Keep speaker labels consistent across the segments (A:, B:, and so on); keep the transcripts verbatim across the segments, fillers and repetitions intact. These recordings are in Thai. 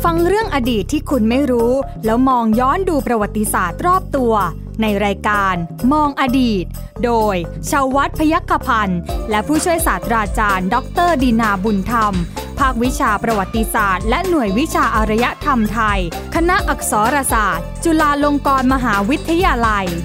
A: ฟังเรื่องอดีตที่คุณไม่รู้แล้วมองย้อนดูประวัติศาสตร์รอบตัวในรายการมองอดีตโดยชวัฒน์พยัคฆพันธ์และผู้ช่วยศาสตราจารย์ดรดินาบุญธรรมภาควิชาประวัติศาสตร์และหน่วยวิชาอารยธรรมไทยคณะอักษรศาสตร์จุฬาลงกรณ์มหาวิทยาลัย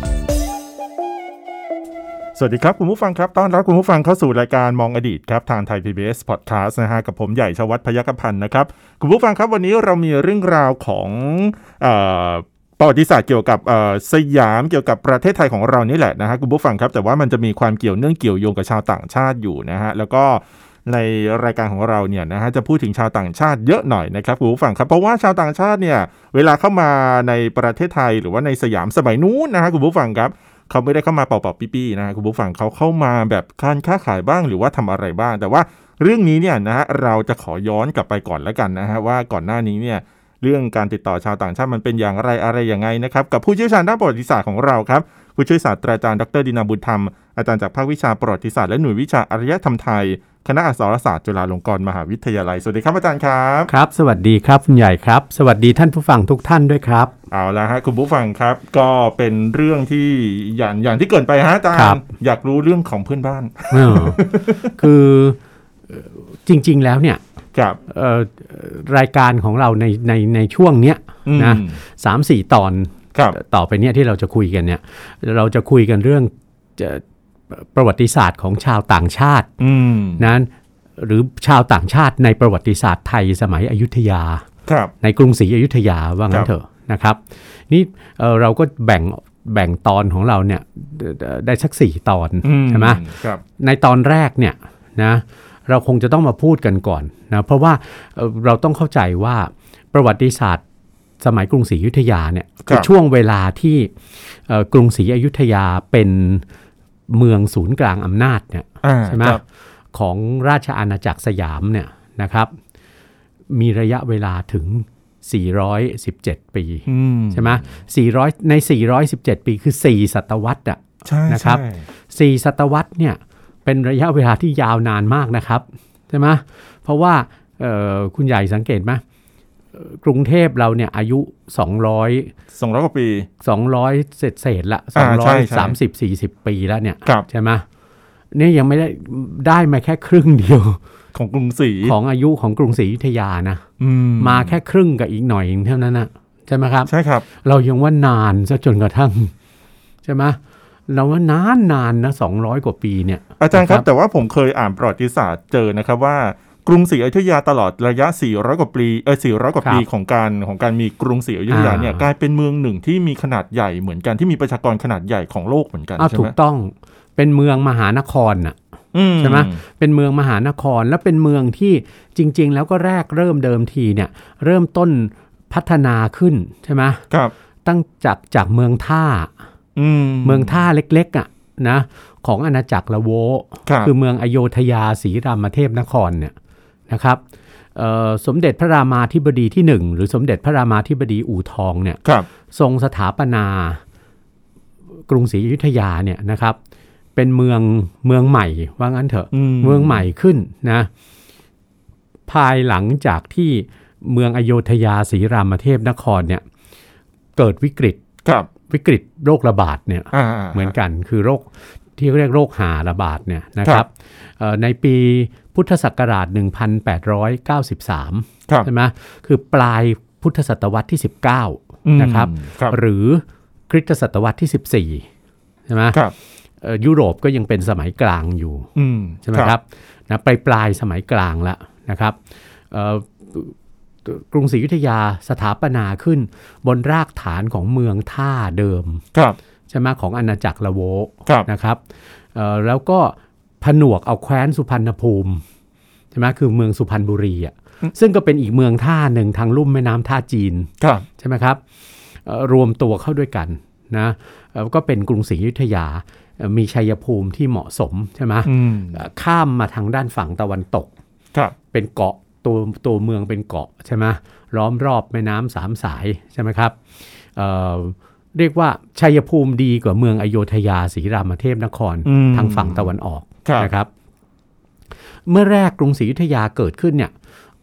B: สวัสดีครับคุณผู้ฟังครับต้อนรับคุณผู้ฟังเข้าสู่รายการมองอดีตครับทางไทย พี บี เอส Podcast นะฮะกับผมใหญ่ชวัฒน์พยัคฆพันธ์นะครับคุณผู้ฟังครับวันนี้เรามีเรื่องราวของเอ่อประวัติศาสตร์เกี่ยวกับสยามเกี่ยวกับประเทศไทยของเรานี่แหละนะฮะคุณผู้ฟังครับแต่ว่ามันจะมีความเกี่ยวเนื่องเกี่ยวโยงกับชาวต่างชาติอยู่นะฮะแล้วก็ในรายการของเราเนี่ยนะฮะจะพูดถึงชาวต่างชาติเยอะหน่อยนะครับคุณผู้ฟังครับเพราะว่าชาวต่างชาติเนี่ยเวลาเข้ามาในประเทศไทยหรือว่าในสยามสมัยนู้นนะฮะคุณผู้ฟังครับเขาไม่ได้เข้ามาเป่าๆปี้ๆนะฮะคุณผู้ฟังเขาเข้ามาแบบการค้าขายบ้างหรือว่าทำอะไรบ้างแต่ว่าเรื่องนี้เนี่ยนะฮะเราจะขอย้อนกลับไปก่อนแล้วกันนะฮะว่าก่อนหน้านี้เนี่ยเรื่องการติดต่อชาวต่างชาติมันเป็นอย่างไรอะไรยังไงนะครับกับผู้เชี่ยวชาญด้านประวัติศาสตร์ของเราครับผู้ช่วยศาสตราจารย์ดรดินาบุญธรรมอาจารย์จากภาควิชาประวัติศาสตร์และหน่วยวิชาอารยธรรมไทยคณะอักษรศาสตร์จุฬาลงกรณ์มหาวิทยาลัยสวัสดีครับอาจารย์ครับ
C: ครับสวัสดีครับคุณใหญ่ครับสวัสดีท่านผู้ฟังทุกท่านด้วยครับ
B: เอาละฮะคุณผู้ฟังครับก็เป็นเรื่องที่อย่างอย่างที่เกินไปฮะอาจารย์อยากรู้เรื่องของเพื่อนบ้าน
C: คือจริงๆแล้วเนี่ย
B: ครับ
C: รายการของเราในในในช่วงเนี้ยนะสามสี่ตอนต่อไปเนี้ยที่เราจะคุยกันเนี่ยเราจะคุยกันเรื่องประวัติศาสตร์ของชาวต่างชาตินั้นหรือชาวต่างชาติในประวัติศาสตร์ไทยสมัยอยุธยาในกรุงศรีอยุธยาว่างั้นเถอะนะครับนี่ เอ่อ เราก็แบ่งแบ่งตอนของเราเนี่ยได้สักสี่ตอนใช่ไหมในตอนแรกเนี่ยนะเราคงจะต้องมาพูดกันก่อนนะเพราะว่าเราต้องเข้าใจว่าประวัติศาสตร์สมัยกรุงศรีอยุธยาเนี่ยคือช่วงเวลาที่กรุงศรีอยุธยาเป็นเมืองศูนย์กลางอำนาจเนี่ยใช่ไหมของราชอาณาจักรสยามเนี่ยนะครับมีระยะเวลาถึงสี่ร้อยสิบเจ็ดปีใช่ไหมสี่ร้อยในสี่ร้อยสิบเจ็ดปีคือสี่ศตวรรษอ่ะนะครับสี่ศตวรรษเนี่ยเป็นระยะเวลาที่ยาวนานมากนะครับใช่ไหมเพราะว่าคุณใหญ่สังเกตไหมกรุงเทพเราเนี่ยอายุสองร้อย
B: สองร้อยกว่าปี
C: สองร้อยเศษๆละสองร้อยสามสิบ สี่สิบปีแล้วเนี่ยใช่ไหมนี่ยังไม่ได้ได้มาแค่ครึ่งเดียว
B: ของกรุงศรี
C: ของอายุของกรุงศรีอยุธยานะมมาแค่ครึ่งกับอีกหน่อยเท่านั้นนะใช่ไหมครับ
B: ใช่ครับ
C: เรายังว่านานซะจนกระทั่งใช่ไหมเราว่านานนานนะสองร้อยกว่าปีเนี่ย
B: อาจารย์ครับแต่ว่าผมเคยอ่านประวัติศาสตร์เจอนะครับว่ากรุงศรีอยุธยาตลอดระยะสี่ร้อยกว่าปีเออสี่ร้อยกว่าปีของการของการมีกรุงศรีอยุธยาเนี่ยกลายเป็นเมืองหนึ่งที่มีขนาดใหญ่เหมือนกันที่มีประชากรขนาดใหญ่ของโลกเหมือนกันใช่ไหม
C: ถูกต้องเป็นเมืองมหานครน่ะใช่ไหมเป็นเมืองมหานครและเป็นเมืองที่จริงๆแล้วก็แรกเริ่มเดิมทีเนี่ยเริ่มต้นพัฒนาขึ้นใช่ไหม
B: ครับ
C: ตั้งจากจากเมืองท่าเมืองท่าเล็กๆอ่ะนะของอาณาจักรละโวคือเมืองอโยธยาศรีรามเทพนครเนี่ยนะครับสมเด็จพระรามาธิบดีที่หนึ่งหรือสมเด็จพระรามาธิบดีอู่ทองเนี่ยทรงสถาปนากรุงศรีอยุธยาเนี่ยนะครับเป็นเมืองเมืองใหม่ว่างั้นเถอะเมืองใหม่ขึ้นนะภายหลังจากที่เมืองอโยธยาศรีรามเทพนครเนี่ยเกิดวิกฤตวิกฤตโรคระบาดเนี่ยเหมือนกันคือโรคที่เรียกโรคหาระบาดเนี่ยนะครับในปีพุทธศักราชหนึ่งพันแปดร้อยเก้าสิบสามใช่ไหมคือปลายพุทธศตวรรษที่สิบเก้านะครับหรือคริสตศตวรรษที่สิบสี่ใช่ไหมยุโรปก็ยังเป็นสมัยกลางอยู่ใช่ไหมครับนะปลายปลายสมัยกลางแล้วนะครับกรุงศรีอยุธยาสถาปนาขึ้นบนรากฐานของเมืองท่าเดิมใช่ไหมของอาณาจักรละโวนะครับแล้วก็ผนวกเอาแคว้นสุพรรณภูมิใช่ไหมคือเมืองสุพรรณบุรีอ่ะซึ่งก็เป็นอีกเมืองท่าหนึ่งทางลุ่มแม่น้ำท่าจีนใช่ไหมครับรวมตัวเข้าด้วยกันนะก็เป็นกรุงศรีอยุธยามีชัยภูมิที่เหมาะสมใช่ไหมข้ามมาทางด้านฝั่งตะวันตกเป็นเกาะตัวตัวเมืองเป็นเกาะใช่ไหมล้อมรอบแม่น้ำสามสายใช่ไหมครับ เอ่อ เรียกว่าชัยภูมิดีกว่าเมืองอโยธยาศรีรามเทพนครทางฝั่งตะวันออกนะครับเมื่อแรกกรุงศรีอยุธยาเกิดขึ้นเนี่ยก็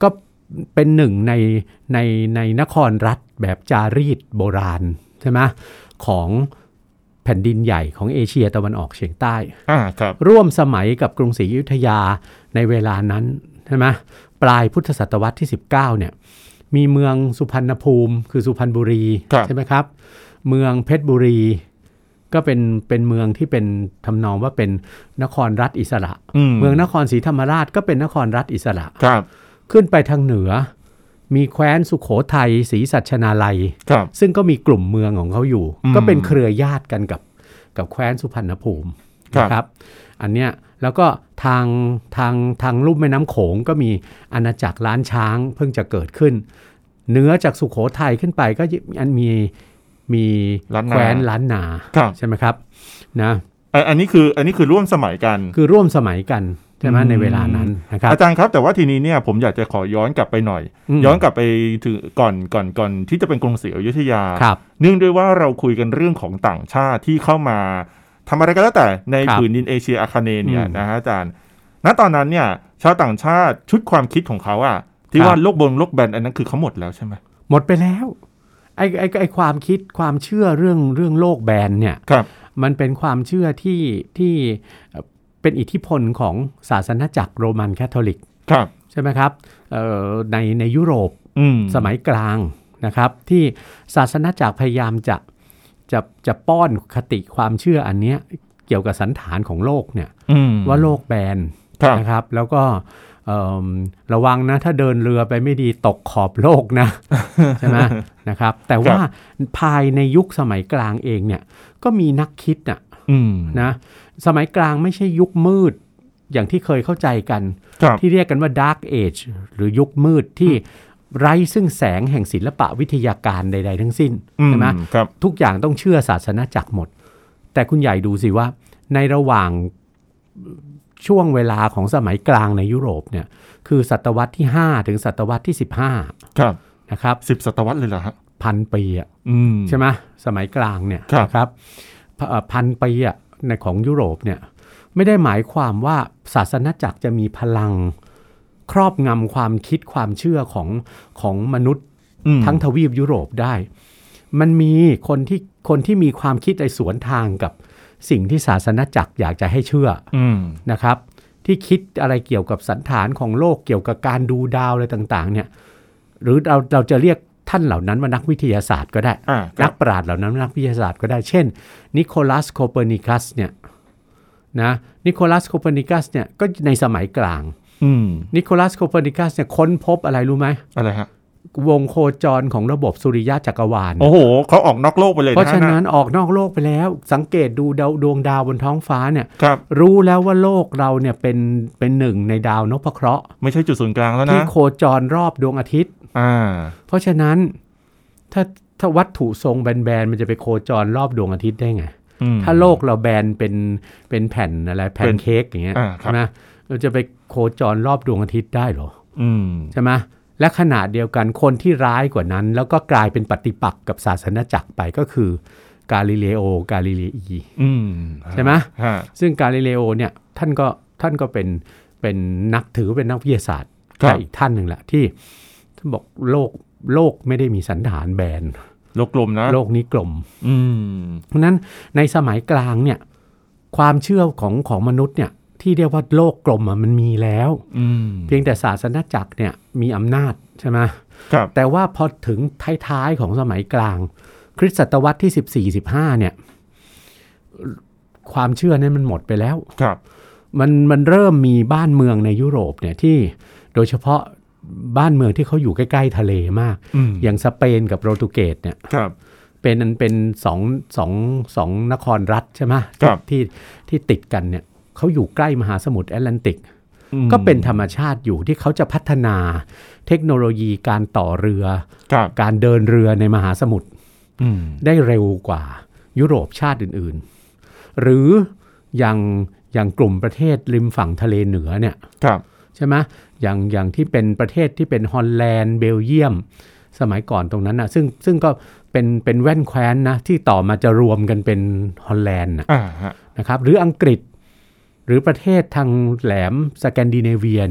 C: เป็นหนึ่งในในในนครรัฐแบบจารีตโบราณใช่ไหมของแผ่นดินใหญ่ของเอเชียตะวันออกเฉียงใต้
B: อ่าครับ
C: ร่วมสมัยกับกรุงศรีอยุธยาในเวลานั้นใช่ไหมปลายพุทธศตวรรษที่สิบเก้าเนี่ยมีเมืองสุพรรณภูมิคือสุพรรณบุรีใช่ไหมครับเมืองเพชรบุรีก็เป็นเป็นเมืองที่เป็นทำนองว่าเป็นนครรัฐอิสระเมืองนครศรีธรรมราชก็เป็นนครรัฐอิสระขึ้นไปทางเหนือมีแคว้นสุโขทัยศรีสัชนาลัยซึ่งก็มีกลุ่มเมืองของเขาอยู่ก็เป็นเครือญาติกันกับกับแคว้นสุพรรณภูมินะครับอันเนี้ยแล้วก็ทางทางทางลุ่มแม่น้ำโขงก็มีอาณาจักรล้านช้างเพิ่งจะเกิดขึ้นเหนือจากสุโขทัยขึ้นไปก็อันมีมีแคว้นล้านนาใช่ไหมครับนะ
B: อันนี้คืออันนี้คือร่วมสมัยกัน
C: คือร่วมสมัยกันใช่ไหมในเวลานั้นนะครับ
B: อาจารย์ครับแต่ว่าทีนี้เนี่ยผมอยากจะขอย้อนกลับไปหน่อยย้อนกลับไปถึงก่อนก่อนก่อนที่จะเป็นกรุงศรีอยุธยาเนื่องด้วยว่าเราคุยกันเรื่องของต่างชาติที่เข้ามาทำอะไรก็แล้วแต่ในผืนดินเอเชียอาคเนย์เนี่ยนะฮะอาจารย์ณตอนนั้นเนี่ยชาวต่างชาติชุดความคิดของเขาอะที่ว่าโลกบนโลกแบนอันนั้นคือเขาหมดแล้วใช่ไหม
C: หมดไปแล้วไอ้ไอ้ไอ้ความคิดความเชื่อเรื่องเรื่องโลกแบนเนี่ยมันเป็นความเชื่อที่ที่เป็นอิทธิพลของศาสนจักรโรมันคาทอลิกใช่ไหมครับในในยุโรปสมัยกลางนะครับที่ศาสนจักรพยายามจะจะจะป้อนคติความเชื่ออันนี้เกี่ยวกับสันฐานของโลกเนี่ยว่าโลกแบนนะครับแล้วก็ระวังนะถ้าเดินเรือไปไม่ดีตกขอบโลกนะใช่ไหมนะครับแต่ว่าภายในยุคสมัยกลางเองเนี่ยก็มีนักคิดน่ะนะสมัยกลางไม่ใช่ยุคมืดอย่างที่เคยเข้าใจกันที่เรียกกันว่า Dark Age หรือยุคมืดที่ไร้ซึ่งแสงแห่งศิลปะวิทยาการใดๆทั้งสิ้นใช่ไหมทุกอย่างต้องเชื่อศาสนจักรหมดแต่คุณใหญ่ดูสิว่าในระหว่างช่วงเวลาของสมัยกลางในยุโรปเนี่ยคือศตวรรษที่ห้าถึงศตวรรษที่สิบห้า
B: ครับ
C: นะครับ
B: สิบศตวรรษเลยเหรอฮะ
C: พันปีอ่ะใช่ไหมสมัยกลางเนี่ยนะครับพันปีอ่ะในของยุโรปเนี่ยไม่ได้หมายความว่าศาสนจักรจะมีพลังครอบงำความคิดความเชื่อของของมนุษย์ทั้งทวีปยุโรปได้มันมีคนที่คนที่มีความคิดในสวนทางกับสิ่งที่ศาสนจักรอยากจะให้เชื่อนะครับที่คิดอะไรเกี่ยวกับสันฐานของโลกเกี่ยวกับการดูดาวอะไรต่างๆเนี่ยหรือเราเราจะเรียกท่านเหล่านั้นว่านักวิทยาศาสตร์ก็ได้นักปราชญ์เหล่านั้นนักวิทยาศาสตร์ก็ได้เช่นนิโคลัสโคเปอร์นิคัสเนี่ยนะนิโคลัสโคเปอร์นิคัสเนี่ยก็ในสมัยกลางนิโคลัสโคเปอร์นิคัสเนี่ยค้นพบอะไรรู้ไหม
B: อะไรฮะ
C: วงโคจรของระบบสุริยะจักรวาล
B: โอ้โหเขาออกนอกโลกไปเลย
C: เพราะฉะนั้นออกนอกโลกไปแล้วสังเกตดูดาวดวงดาวบนท้องฟ้าเนี่ยรู้แล้วว่าโลกเราเนี่ยเป็นเป็นหนึ่งในดาวนพเคราะห์
B: ไม่ใช่จุดศูนย์กลางแล้วนะ
C: ที่โคจรรอบดวงอาทิตย์
B: อ่า
C: เพราะฉะนั้นถ้าถ้าวัตถุทรงแบนๆมันจะไปโคจรรอบดวงอาทิตย์ได้ไงถ้าโลกเราแบนเป็นเป็นแผ่นอะไรแผ่นเค้กอย่างเงี้ยใช่ไหมเราจะไปโคจรรอบดวงอาทิตย์ได้หรอใช่ไหมและขณะเดียวกันคนที่ร้ายกว่านั้นแล้วก็กลายเป็นปฏิปักษ์กับศาสนจักรไปก็คือกาลิเลโอกาลิเลอีใช่ไหมซึ่งกาลิเลโอเนี่ยท่านก็ท่านก็เป็นเป็นนักถือเป็นนักวิทยาศาสตร์อีกท่านหนึ่งแหละที่ท่านบอกโลกโลกไม่ได้มีสันฐานแบน
B: โลกกลมนะ
C: โลกนี้กลมเพราะนั้นในสมัยกลางเนี่ยความเชื่อของของมนุษย์เนี่ยที่เรียกว่าโลกกลมมันมีแล้วเพียงแต่ศาสนจักรเนี่ยมีอำนาจใช่ไหมแต่ว่าพอถึงท้ายๆของสมัยกลางคริสตศตวรรษที่สิบสี่ สิบห้าเนี่ยความเชื่อนั้นมันหมดไปแล้วมันมันเริ่มมีบ้านเมืองในยุโรปเนี่ยที่โดยเฉพาะบ้านเมืองที่เขาอยู่ใกล้ๆทะเลมากอย่างสเปนกับโปรตุเกสเนี่ยเป็นเป็นสองสองสองนครรัฐใช่ไหมที่ที่ติดกันเนี่ยเขาอยู่ใกล้มหาสมุทรแอตแลนติกก็เป็นธรรมชาติอยู่ที่เขาจะพัฒนาเทคโนโลยีการต่อเรือการเดินเรือในมหาสมุทรได้เร็วกว่ายุโรปชาติอื่นๆหรืออย่างอย่างกลุ่มประเทศริมฝั่งทะเลเหนือเนี่ยใช่ไหมอย่างอย่างที่เป็นประเทศที่เป็นฮอลแลนด์เบลเยียมสมัยก่อนตรงนั้นนะซึ่งซึ่งก็เป็นเป็นแว่นแคว้นนะที่ต่อมาจะรวมกันเป็นฮอลแลนด์นะครับหรืออังกฤษหรือประเทศทางแหลมสแกนดิเนเวียเนี่ย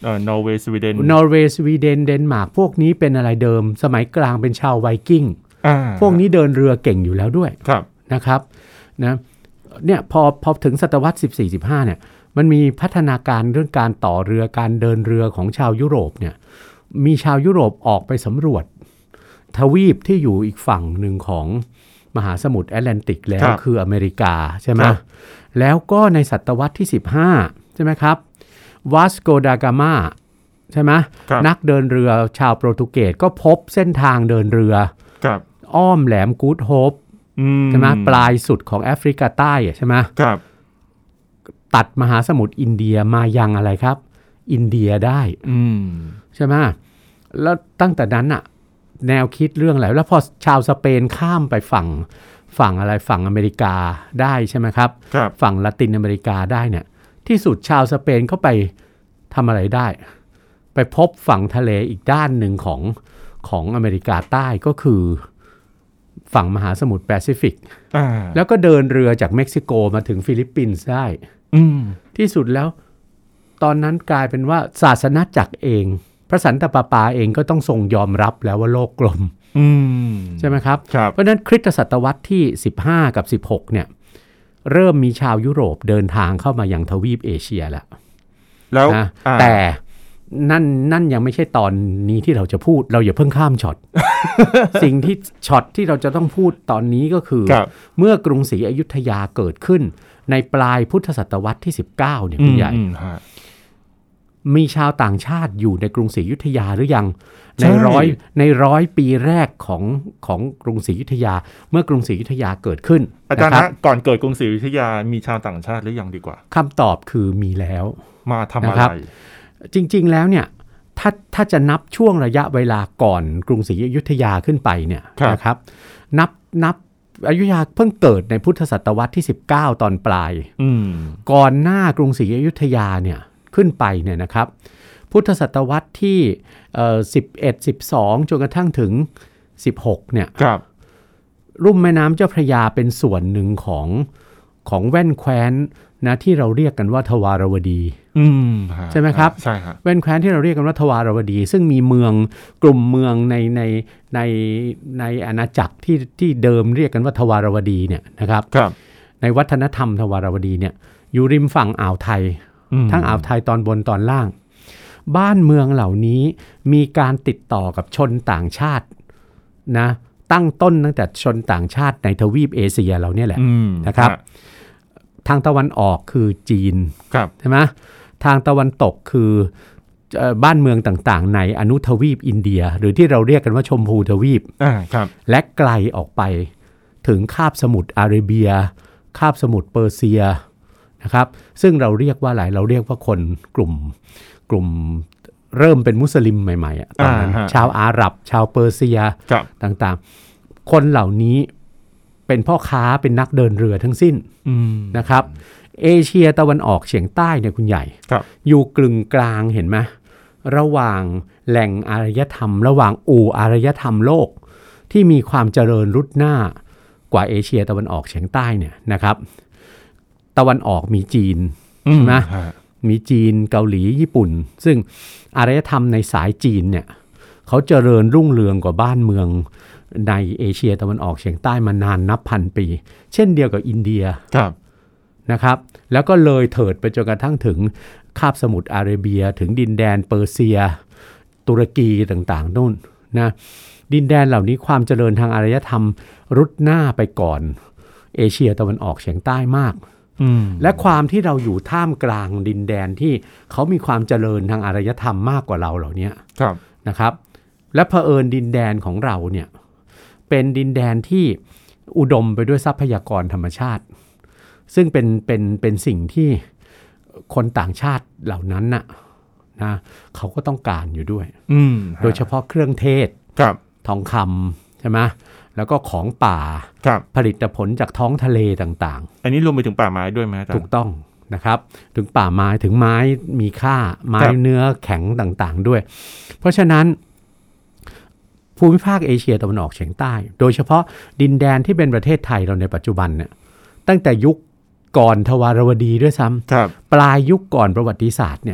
B: เอ่อนอร์เวย์สวีเดน
C: นอร์เวย์สวีเดนเดนมาร์กพวกนี้เป็นอะไรเดิมสมัยกลางเป็นชาวไวกิ้งพวกนี้เดินเรือเก่งอยู่แล้วด้วยนะครับนะเนี่ยพอพอถึงศตวรรษสิบสี่ สิบห้าเนี่ยมันมีพัฒนาการเรื่องการต่อเรือการเดินเรือของชาวยุโรปเนี่ยมีชาวยุโรปออกไปสำรวจทวีปที่อยู่อีกฝั่งหนึ่งของมหาสมุทรแอตแลนติกแล้วคืออเมริกาใช่ไหมแล้วก็ในศตวรรษที่สิบห้าใช่ไหมครับวาสโกดากามาใช่ไหมนักเดินเรือชาวโปรตุเกสก็พบเส้นทางเดินเรืออ้อมแหลมกู๊ดโฮปใช่ไหมปลายสุดของแอฟริกาใต้ใช่ไหมตัดมหาสมุทรอินเดียมายังอะไรครับอินเดียได้ใช่ไหมแล้วตั้งแต่นั้นอะแนวคิดเรื่องอะไรแล้วพอชาวสเปนข้ามไปฝั่งฝั่งอะไรฝั่งอเมริกาได้ใช่ไหมครับฝั่งละตินอเมริกาได้เนี่ยที่สุดชาวสเปนเขาไปทำอะไรได้ไปพบฝั่งทะเลอีกด้านหนึ่งของของอเมริกาใต้ก็คือฝั่งมหาสมุทรแปซิฟิกแล้วก็เดินเรือจากเม็กซิโกมาถึงฟิลิปปินส์ได้ที่สุดแล้วตอนนั้นกลายเป็นว่าศาสนาจักรเองพระสันตะปาปาเองก็ต้องทรงยอมรับแล้วว่าโลกกลมใช่ไหมครับเพราะนั้นคริสตศตวรรษที่สิบห้ากับสิบหกเนี่ยเริ่มมีชาวยุโรปเดินทางเข้ามายังทวีปเอเชียแล้ว
B: แล้ว
C: นะแต่นั่นนั่นยังไม่ใช่ตอนนี้ที่เราจะพูดเราอย่าเพิ่งข้ามช็อต สิ่งที่ช็อตที่เราจะต้องพูดตอนนี้ก็คือเมื่อกรุงศรีอยุธยาเกิดขึ้นในปลายพุทธศตวรรษที่สิบเก้าเนี่ยคุณใหญ่มีชาวต่างชาติอยู่ในกรุงศรีอยุธยาหรือยังในร้อยในร้อยปีแรกของของกรุงศรีอยุธยาเมื่อกรุงศรีอยุธยาเกิดขึ้น
B: อาจารย์นะก่อนเกิดกรุงศรีอยุธยามีชาวต่างชาติหรือยังดีกว่า
C: คำตอบคือมีแล้ว
B: มาทำอะไร
C: จริงๆแล้วเนี่ยถ้าถ้าจะนับช่วงระยะเวลาก่อนกรุงศรีอยุธยาขึ้นไปเนี่ยนะครับนับนับอยุธยาเพิ่งเกิดในพุทธศตวรรษที่สิบเก้าตอนปลายก่อนหน้ากรุงศรีอยุธยาเนี่ยขึ้นไปเนี่ยนะครับพุทธศตวรรษที่สิบเอ็ด สิบสองจนกระทั่งถึงสิบหกเนี่ยลุ่มแม่น้ำเจ้าพระยาเป็นส่วนหนึ่งของของแว่นแคว้นนะที่เราเรียกกันว่าทวารวดีใช่ไหมครับ
B: ใช่ครับ
C: แว่นแคว้นที่เราเรียกกันว่าทวารวดีซึ่งมีเมืองกลุ่มเมืองในในในในอาณาจักรที่ที่เดิมเรียกกันว่าทวารวดีเนี่ยนะครับในวัฒนธรรมทวารวดีเนี่ยอยู่ริมฝั่งอ่าวไทยทั้งอ่าวไทยตอนบนตอนล่างบ้านเมืองเหล่านี้มีการติดต่อกับชนต่างชาตินะตั้งต้นตั้งแต่ชนต่างชาติในทวีปเอเชียเราเนี่ยแหละนะครับทางตะวันออกคือจีนใช่ไหมทางตะวันตกคือบ้านเมืองต่างๆในอนุทวีปอินเดียหรือที่เราเรียกกันว่าชมพูทวีปและไกลออกไปถึงคาบสมุทรอาระเบียคาบสมุทรเปอร์เซียนะครับซึ่งเราเรียกว่าอะไรเราเรียกว่าคนกลุ่มกลุ่มเริ่มเป็นมุสลิมใหม่ๆตอนนั้นชาวอาหรับชาวเปอร์เซียต่างๆคนเหล่านี้เป็นพ่อค้าเป็นนักเดินเรือทั้งสิ้นนะครับเอเชียตะวันออกเฉียงใต้เนี่ยคุณใหญ่อยู่กลึงกลางเห็นไหมระหว่างแหล่งอารยธรรมระหว่างอู่อารยธรรมโลกที่มีความเจริญรุดหน้ากว่าเอเชียตะวันออกเฉียงใต้เนี่ยนะครับตะวันออกมีจีนใช่ไหมมีจีนเกาหลีญี่ปุ่นซึ่งอารยธรรมในสายจีนเนี่ยเขาเจริญรุ่งเรืองกว่าบ้านเมืองในเอเชียตะวันออกเฉียงใต้มานานนับพันปีเช่นเดียวกับอินเดียนะครับแล้วก็เลยเถิดไปจนกระทั่งถึงคาบสมุทรอาระเบียถึงดินแดนเปอร์เซียตุรกีต่างๆนู่นนะดินแดนเหล่านี้ความเจริญทางอารยธรรมรุดหน้าไปก่อนเอเชียตะวันออกเฉียงใต้มากและความที่เราอยู่ท่ามกลางดินแดนที่เขามีความเจริญทางอารยธรรมมากกว่าเราเหล่านี้นะครับและเผอิญดินแดนของเราเนี่ยเป็นดินแดนที่อุดมไปด้วยทรัพยากรธรรมชาติซึ่งเป็นเป็นเป็นสิ่งที่คนต่างชาติเหล่านั้นน่ะนะเขาก็ต้องการอยู่ด้วยโดยเฉพาะเครื่องเทศทองคำใช่ไหมแล้วก็ของป่าผลิตผลจากท้องทะเลต่าง
B: ๆอันนี้รวมไปถึงป่าไม้ด้วยไหม
C: ถูกต้องนะครับถึงป่าไม้ถึงไม้มีค่าไม้เนื้อแข็งต่างๆด้วยเพราะฉะนั้นภูมิภาคเอเชียตะวันออกเฉียงใต้โดยเฉพาะดินแดนที่เป็นประเทศไทยเราในปัจจุบันเนี่ยตั้งแต่ยุคก่อนทวารวดีด้วยซ้ำปลายยุคก่อนประวัติศาสตร์เนี่ย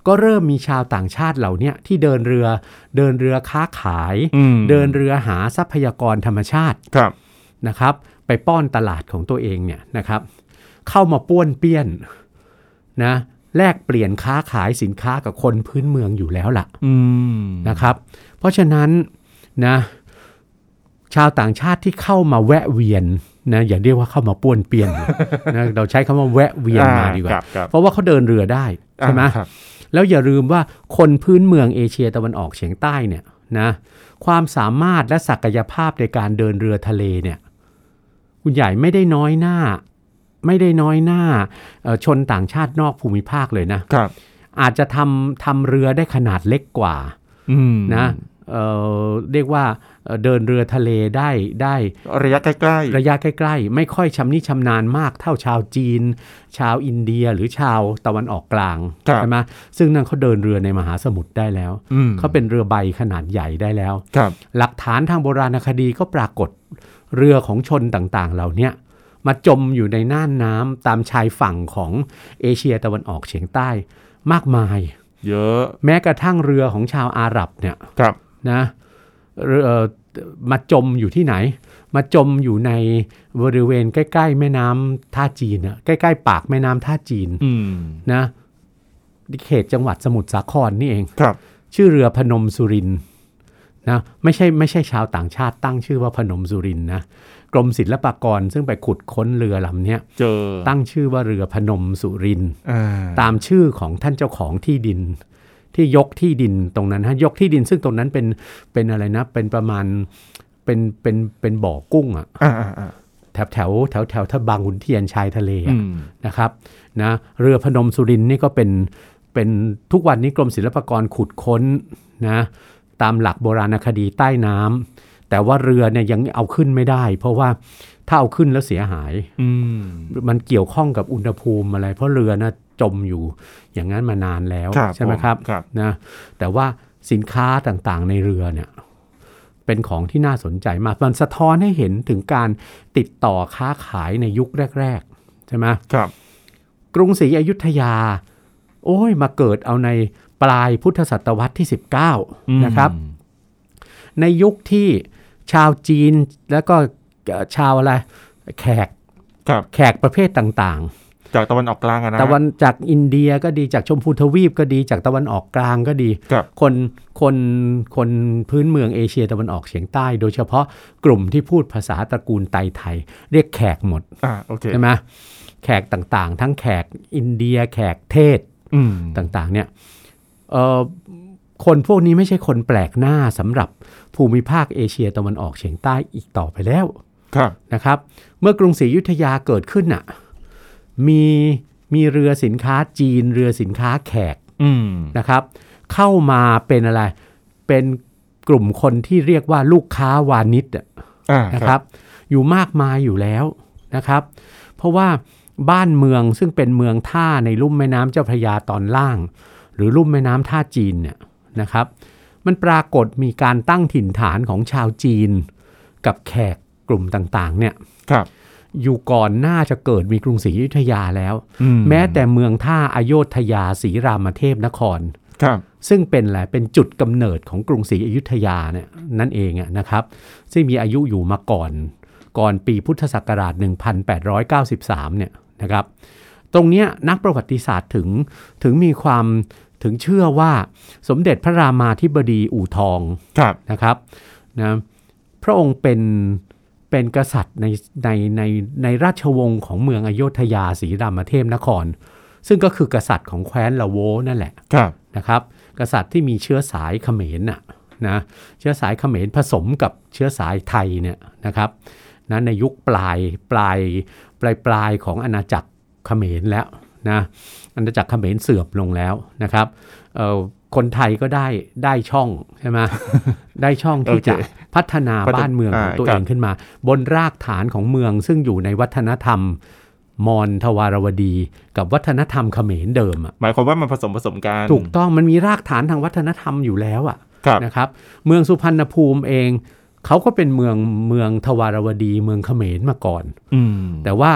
C: ก็เริ่มมีชาวต่างชาติเหล่านี้ที่เดินเรือเดินเรือค้าขายเดินเรือหาทรัพยากรธรรมชาตินะครับไปป้อนตลาดของตัวเองเนี่ยนะครับเข้ามาป้วนเปี้ยนนะแลกเปลี่ยนค้าขายสินค้ากับคนพื้นเมืองอยู่แล้วล่ะนะครับเพราะฉะนั้นนะชาวต่างชาติที่เข้ามาแวะเวียนนะอย่าเรียกว่าเข้ามาป้วนเปี้ยน นะเราใช้คำว่าแวะเวียนมาดีกว่าเพราะว่าเขาเดินเรือได้ใช่ไหมแล้วอย่าลืมว่าคนพื้นเมืองเอเชียตะวันออกเฉียงใต้เนี่ยนะความสามารถและศักยภาพในการเดินเรือทะเลเนี่ยคุณใหญ่ไม่ได้น้อยหน้าไม่ได้น้อยหน้าชนต่างชาตินอกภูมิภาคเลยนะอาจจะทำทำเรือได้ขนาดเล็กกว่านะเอ่อเรียกว่าเดินเรือทะเลได้ได้
B: ระยะใกล้ๆ
C: ระยะใกล้ๆไม่ค่อยชำนิชำนาญมากเท่าชาวจีนชาวอินเดียหรือชาวตะวันออกกลางใช่ไหมซึ่งนั่นเขาเดินเรือในมหาสมุทรได้แล้วเขาเป็นเรือใบขนาดใหญ่ได้แล้วหลักฐานทางโบราณคดีก็ปรากฏเรือของชนต่างๆเหล่านี้มาจมอยู่ในน่านน้ำตามชายฝั่งของเอเชียตะวันออกเฉียงใต้มากมาย
B: เยอะ
C: แม้กระทั่งเรือของชาวอาหรับเนี่ยนะเรือมาจมอยู่ที่ไหนมาจมอยู่ในบริเวณใกล้ๆแม่น้ำท่าจีนใกล้ๆปากแม่น้ำท่าจีนนะเขตจังหวัดสมุทรสาครนี่เองชื่อเรือพนมสุรินทร์นะไม่ใช่ไม่ใช่ชาวต่างชาติตั้งชื่อว่าพนมสุรินทร์นะกรมศิลปากรซึ่งไปขุดค้นเรือลำนี้เจอตั้งชื่อว่าเรือพนมสุรินทร์ตามชื่อของท่านเจ้าของที่ดินที่ยกที่ดินตรงนั้นฮะยกที่ดินซึ่งตรงนั้นเป็นเป็นอะไรนะเป็นประมาณเป็นเป็นเป็นบ่อกุ้งอ่ะแถวแถวแถวแถวถ้าบางขุนเทียนชายทะเลนะครับนะเรือพนมสุรินทร์นี่ก็เป็นเป็นทุกวันนี้กรมศิลปากรขุดค้นนะตามหลักโบราณคดีใต้น้ำแต่ว่าเรือเนี่ยยังเอาขึ้นไม่ได้เพราะว่าถ้าเอาขึ้นแล้วเสียหายมันเกี่ยวข้องกับอุณหภูมิอะไรเพราะเรือนะจมอยู่อย่างนั้นมานานแล้วใช่ไหมครับนะแต่ว่าสินค้าต่างๆในเรือเนี่ยเป็นของที่น่าสนใจมากมันสะท้อนให้เห็นถึงการติดต่อค้าขายในยุคแรกๆใช่ไหมครับกรุงศรีอยุธยาโอ้ยมาเกิดเอาในปลายพุทธศตวรรษที่สิบเก้านะครับในยุคที่ชาวจีนแล้วก็ชาวอะไรแขกแขกประเภทต่างๆ
B: จากตะวันออกกลางนะ
C: ตะวันจากอินเดียก็ดีจากชมพูทวีปก็ดีจากตะวันออกกลางก็ดีคนคนคนพื้นเมืองเอเชียตะวันออกเฉียงใต้โดยเฉพาะกลุ่มที่พูดภาษาตระกูลไตไทยเรียกแขกหมดใช่ไหมแขกต่างๆทั้งแขกอินเดียแขกเทศต่างๆเนี่ยคนพวกนี้ไม่ใช่คนแปลกหน้าสำหรับภูมิภาคเอเชียตะวันออกเฉียงใต้อีกต่อไปแล้วนะครับเมื่อกรุงศรีอยุธยาเกิดขึ้นน่ะมีมีเรือสินค้าจีนเรือสินค้าแขกนะครับเข้ามาเป็นอะไรเป็นกลุ่มคนที่เรียกว่าลูกค้าวานิชนะครับอยู่มากมายอยู่แล้วนะครับเพราะว่าบ้านเมืองซึ่งเป็นเมืองท่าในลุ่มแม่น้ำเจ้าพระยาตอนล่างหรือลุ่มแม่น้ำท่าจีนเนี่ยนะครับมันปรากฏมีการตั้งถิ่นฐานของชาวจีนกับแขกกลุ่มต่างๆเนี่ยอยู่ก่อนหน้าจะเกิดมีกรุงศรีอยุธยาแล้วแม้แต่เมืองท่าอโยธยาศรีรามเทพนครซึ่งเป็นอะไรเป็นจุดกำเนิดของกรุงศรีอยุธยาเนี่ยนั่นเองนะครับซึ่งมีอายุอยู่มาก่อนก่อนปีพุทธศักราชหนึ่งพันแปดร้อยเก้าสิบสามเนี่ยนะครับตรงเนี้ยนักประวัติศาสตร์ถึงถึงมีความถึงเชื่อว่าสมเด็จพระรามาธิบดีอู่ทองนะครับนะพระองค์เป็นเป็นกษัตริย์ในในในในราชวงศ์ของเมืองอโยธยาศรีรามเทพนครซึ่งก็คือกษัตริย์ของแคว้นละโวนั่นแหละนะครับกษัตริย์ที่มีเชื้อสายเขมรน่ะนะเชื้อสายเขมรผสมกับเชื้อสายไทยเนี่ยนะครับนะในยุคปลายปลายปลายปลายของอาณาจักรเขมรแล้วนะอาณาจักรเขมรเสื่อมลงแล้วนะครับคนไทยก็ได้ได้ช่องใช่ไหม ได้ช่องที่ okay. จะพัฒนาบ้านเมืองของตัวเองขึ้นมาบนรากฐานของเมืองซึ่งอยู่ในวัฒนธรรมมอญทวารวดีกับวัฒนธรรมเขมรเดิมอ่ะ
B: หมายความว่ามันผสมผสมกัน
C: ถูกต้องมันมีรากฐานทางวัฒนธรรมอยู่แล้วอ่ะนะครับเมืองสุพรรณภูมิเองเขาก็เป็นเมืองเมืองทวารวดีเมืองเขมรมาก่อนแต่ว่า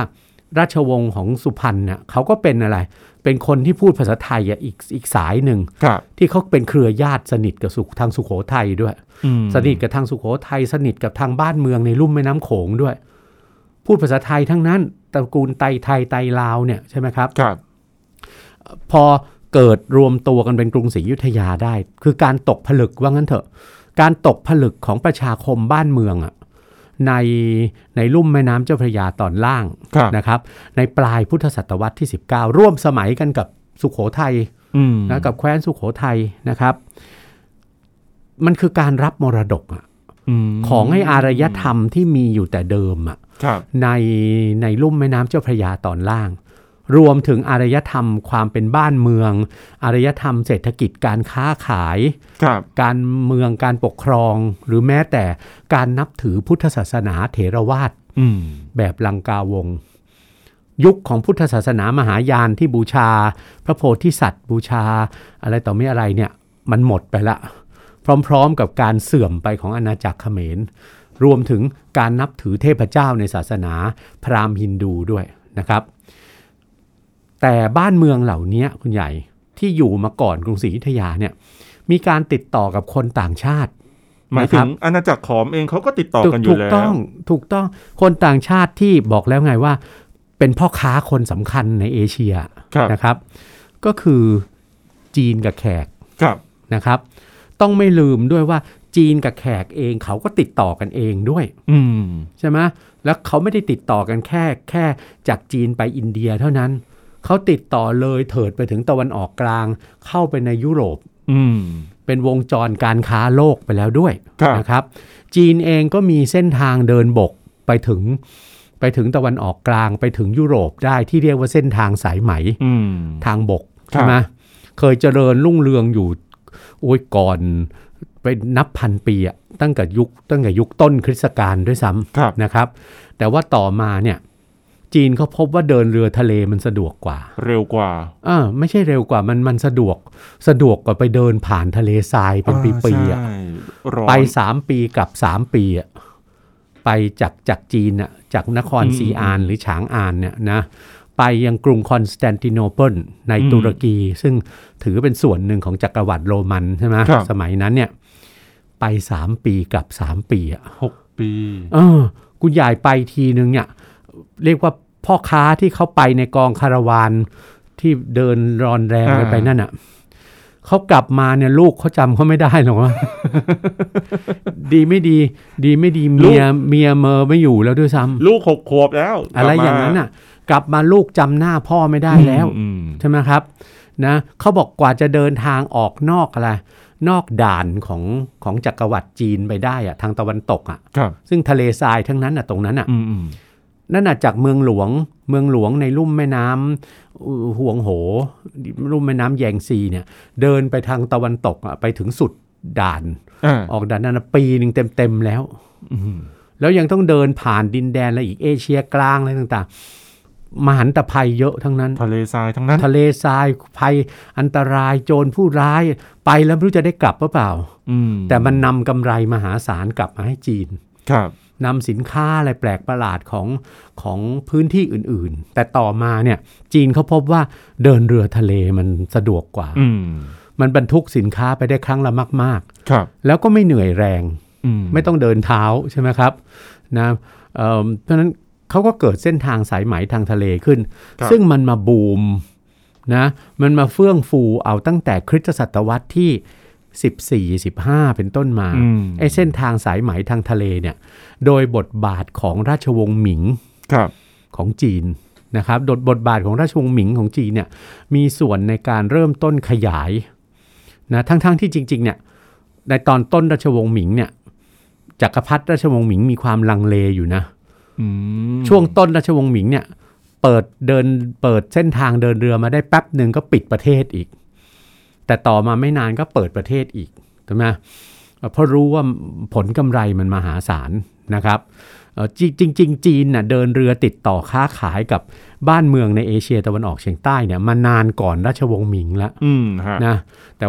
C: ราชวงศ์ของสุพรรณเนี่ยเขาก็เป็นอะไรเป็นคนที่พูดภาษาไทยอ่ะอีกอีกสายหนึ่งที่เขาเป็นเครือญาติสนิทกับสุทางสุโขทัยด้วยสนิทกับทางสุโขทัยสนิทกับทางบ้านเมืองในลุ่มแม่น้ำโขงด้วยพูดภาษาไทยทั้งนั้นตระกูลไตไทยไตลาวเนี่ยใช่ไหมครับครับพอเกิดรวมตัวกันเป็นกรุงศรีอยุธยาได้คือการตกผลึกว่างั้นเถอะการตกผลึกของประชาคมบ้านเมืองอ่ะในในลุ่มแม่น้ำเจ้าพระยาตอนล่างนะครับในปลายพุทธศตวรรษที่สิบเก้าร่วมสมัยกันกับสุโขทัยนะกับแคว้นสุโขทัยนะครับมันคือการรับมรดกอ่ะของให้อารยธรรมที่มีอยู่แต่เดิมอ่ะในในลุ่มแม่น้ำเจ้าพระยาตอนล่างรวมถึงอารยธรรมความเป็นบ้านเมืองอารยธรรมเศรษฐกิจการค้าขายการเมืองการปกครองหรือแม้แต่การนับถือพุทธศาสนาเถรวาทแบบลังกาวงศ์ยุคของพุทธศาสนามหายานที่บูชาพระโพธิสัตว์บูชาอะไรต่อไม่อะไรเนี่ยมันหมดไปละพร้อมๆกับการเสื่อมไปของอาณาจักรเขมรรวมถึงการนับถือเทพเจ้าในศาสนาพราหมณ์ฮินดูด้วยนะครับแต่บ้านเมืองเหล่านี้คุณใหญ่ที่อยู่มาก่อนกรุงศรีอยุธยาเนี่ยมีการติดต่อกับคนต่างชาติ
B: หมายถึงอาณาจักรขอมเองเขาก็ติดต่อกันอยู่แล้วถูกต้อง
C: ถูกต้องคนต่างชาติที่บอกแล้วไงว่าเป็นพ่อค้าคนสำคัญในเอเชียนะครับก็คือจีนกับแขกนะครับต้องไม่ลืมด้วยว่าจีนกับแขกเองเขาก็ติดต่อกันเองด้วยใช่ไหมแล้วเขาไม่ได้ติดต่อกันแค่แค่จากจีนไปอินเดียเท่านั้นเขาติดต่อเลยเถิดไปถึงตะวันออกกลางเข้าไปในยุโรปเป็นวงจรการค้าโลกไปแล้วด้วยนะครับจีนเองก็มีเส้นทางเดินบกไปถึงไปถึงตะวันออกกลางไปถึงยุโรปได้ที่เรียกว่าเส้นทางสายไหมทางบกใช่ไหมเคยเจริญรุ่งเรืองอยู่โอ้ยก่อนไปนับพันปีอะตั้งแต่ยุคตั้งแต่ยุคต้นคริสต์กาลด้วยซ้ำนะครับแต่ว่าต่อมาเนี่ยจีนเขาพบว่าเดินเรือทะเลมันสะดวกกว่า
B: เร็วกว่า
C: อ่าไม่ใช่เร็วกว่ามันมันสะดวกสะดวกกว่าไปเดินผ่านทะเลทรายเป็นปีๆอ่ะไปสามปีกับสามปีอ่ะไปจากจากจีนอ่ะจากนครซีอานหรือฉางอานเนี่ยนะไปยังกรุงคอนสแตนติโนเปิลในตุรกีซึ่งถือเป็นส่วนหนึ่งของจักรวรรดิโรมันใช่ไหมสมัยนั้นเนี่ยไปสามปีกับสามปีอ่ะ
B: หกปี
C: เออคุณยายไปทีนึงเนี่ยเรียกว่าพ่อค้าที่เขาไปในกองคาราวานที่เดินรอนแรงไปไปนั่นอ่ะเขากลับมาเนี่ยลูกเขาจำเขาไม่ได้หรอกว่า ดีไม่ดีดีไม่ดีเมียเมียเมอไม่อยู่แล้วด้วยซ้
B: ำลูกหกขวบแล้ว
C: อะไรอย่างนั้นอ่ะกลับมาลูกจำหน้าพ่อไม่ได้แล้วใช่ไหมครับนะเขาบอกกว่าจะเดินทางออกนอกอะไรนอกด่านของของจักรวรรดิจีนไปได้อะทางตะวันตกอ่ะซึ่งทะเลทรายทั้งนั้นอ่ะตรงนั้นอ่ะนั่นน่ะจากเมืองหลวงเมืองหลวงในลุ่มแม่น้ำหวงโหลุ่มแม่น้ำแยงซีเนี่ยเดินไปทางตะวันตกอ่ะไปถึงสุดด่านออกด่านนั้นปีนึงเต็มๆแล้วแล้วยังต้องเดินผ่านดินแดนอะไรอีกเอเชียกลางอะไรต่างๆมหันตภัยเยอะทั้งนั้น
B: ทะเลทรายทั้งนั้น
C: ทะเลทรายภัยอันตรายโจรผู้ร้ายไปแล้วไม่รู้จะได้กลับหรือเปล่าแต่มันนำกำไรมหาศาลกลับมาให้จีน
B: ครับ
C: นำสินค้าอะไรแปลกประหลาดของของพื้นที่อื่นๆแต่ต่อมาเนี่ยจีนเขาพบว่าเดินเรือทะเลมันสะดวกกว่ามันบรรทุกสินค้าไปได้ครั้งละมากๆแล้วก็ไม่เหนื่อยแรงไม่ต้องเดินเท้าใช่ไหมครับนะ เ, เพราะฉะนั้นเขาก็เกิดเส้นทางสายไหมทางทะเลขึ้นซึ่งมันมาบูมนะมันมาเฟื่องฟูเอาตั้งแต่คริสตศตวรรษที่สิบสี่ สิบห้าเป็นต้นมาไอ้เส้นทางสายไหมทางทะเลเนี่ยโดยบทบาทของราชวงศ์หมิงของจีนนะครับโดยบทบาทของราชวงศ์หมิงของจีนเนี่ยมีส่วนในการเริ่มต้นขยายนะทั้งๆ ท, ที่จริงๆเนี่ยในตอนต้นราชวงศ์หมิงเนี่ยจักรพรรดิราชวงศ์หมิงมีความลังเลอยู่นะช่วงต้นราชวงศ์หมิงเนี่ยเปิดเดินเปิดเส้นทางเดินเรือมาได้แป๊บหนึ่งก็ปิดประเทศอีกแต่ต่อมาไม่นานก็เปิดประเทศอีกใช่ไหมเพราะรู้ว่าผลกำไรมันมหาศาลนะครับจริงๆจีนน่ะเดินเรือติดต่อค้าขายกับบ้านเมืองในเอเชียตะวันออกเฉียงใต้เนี่ยมานานก่อนราชวงศ์หมิงแล้วนะแต่ว่า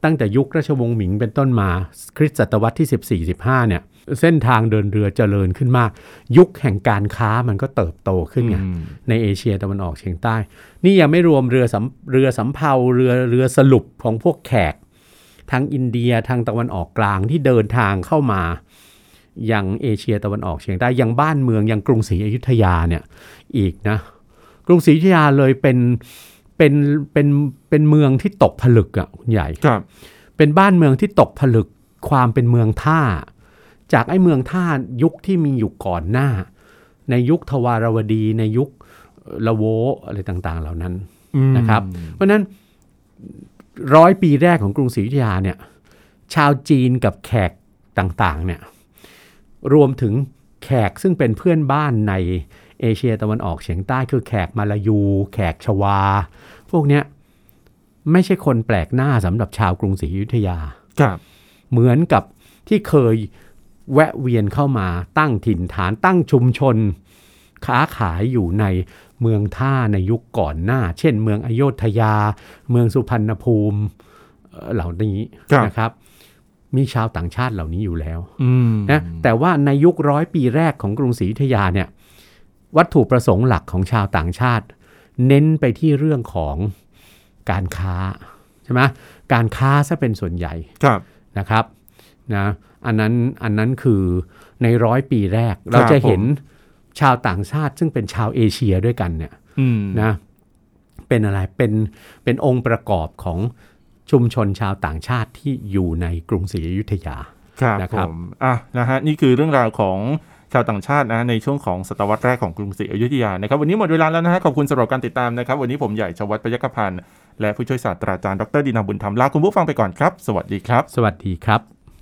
C: ตั้งแต่ยุคราชวงศ์หมิงเป็นต้นมาคริสตศตวรรษที่สิบสี่ สิบห้าเนี่ยเส้นทางเดินเรือเจริญขึ้นมากยุคแห่งการค้ามันก็เติบโตขึ้นไงในเอเชียตะวันออกเฉียงใต้นี่ยังไม่รวมเรือสำเรือสำเภาเรือเรือสรุปของพวกแขกทางอินเดียทางตะวันออกกลางที่เดินทางเข้ามายังเอเชียตะวันออกเฉียงใต้ยังบ้านเมืองยังกรุงศรีอยุธยาเนี่ยอีกนะกรุงศรีอยุธยาเลยเป็นเป็นเป็นเป็นเมืองที่ตกผลึกอ่ะคุณใหญ่ครับเป็นบ้านเมืองที่ตกผลึกความเป็นเมืองท่าจากไอ้เมืองท่ายุคที่มีอยู่ก่อนหน้าในยุคทวารวดีในยุคละโวอะไรต่างๆเหล่านั้นนะครับเพราะนั้นร้อยปีแรกของกรุงศรีอยุธยาเนี่ยชาวจีนกับแขกต่างๆเนี่ยรวมถึงแขกซึ่งเป็นเพื่อนบ้านในเอเชียตะวันออกเฉียงใต้คือแขกมาลายูแขกชวาพวกเนี้ยไม่ใช่คนแปลกหน้าสำหรับชาวกรุงศรีอยุธยาครับเหมือนกับที่เคยแวะเวียนเข้ามาตั้งถิ่นฐานตั้งชุมชนค้าขายอยู่ในเมืองท่าในยุคก่อนหน้าเช่นเมืองอโยธยาเมืองสุพรรณภูมิเหล่านี้นะครับมีชาวต่างชาติเหล่านี้อยู่แล้วนะแต่ว่าในยุคร้อยปีแรกของกรุงศรีอยุธยาเนี่ยวัตถุประสงค์หลักของชาวต่างชาติเน้นไปที่เรื่องของการค้าใช่ไหมการค้าซะเป็นส่วนใหญ่นะครับนะอันนั้นอันนั้นคือในร้อยปีแรกเราจะเห็นชาวต่างชาติซึ่งเป็นชาวเอเชียด้วยกันเนี่ยนะเป็นอะไรเป็นเป็นองค์ประกอบของชุมชนชาวต่างชาติที่อยู่ในกรุงศรีอยุธยา
B: นะครับผมอ่ะนะฮะนี่คือเรื่องราวของชาวต่างชาตินะในช่วงของศตวรรษแรกของกรุงศรีอยุธยานะครับวันนี้หมดเวลาแล้วนะฮะขอบคุณสำหรับการติดตามนะครับวันนี้ผมใหญ่ชวัฒน์พยัคฆพันธ์และผู้ช่วยศาสตราจารย์ดรดินาบุญธรรมลาคุณผู้ฟังไปก่อนครับสวัสดีครับ
C: สวัสดีครับ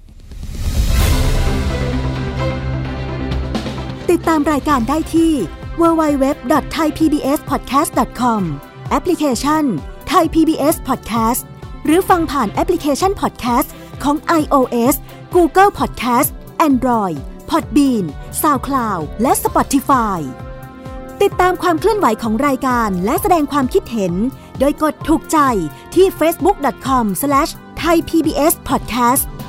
D: ติดตามรายการได้ที่ ดับเบิลยู ดับเบิลยู ดับเบิลยู ดอท ไทย พี บี เอส พอดแคสต์ ดอท คอม แอปพลิเคชัน Thai พี บี เอส Podcast หรือฟังผ่านแอปพลิเคชัน Podcast ของ iOS Google Podcast Android Podbean SoundCloud และ Spotify ติดตามความเคลื่อนไหวของรายการและแสดงความคิดเห็นโดยกดถูกใจที่ เฟซบุ๊ก ดอท คอม สแลช ไทย พี บี เอส พอดแคสต์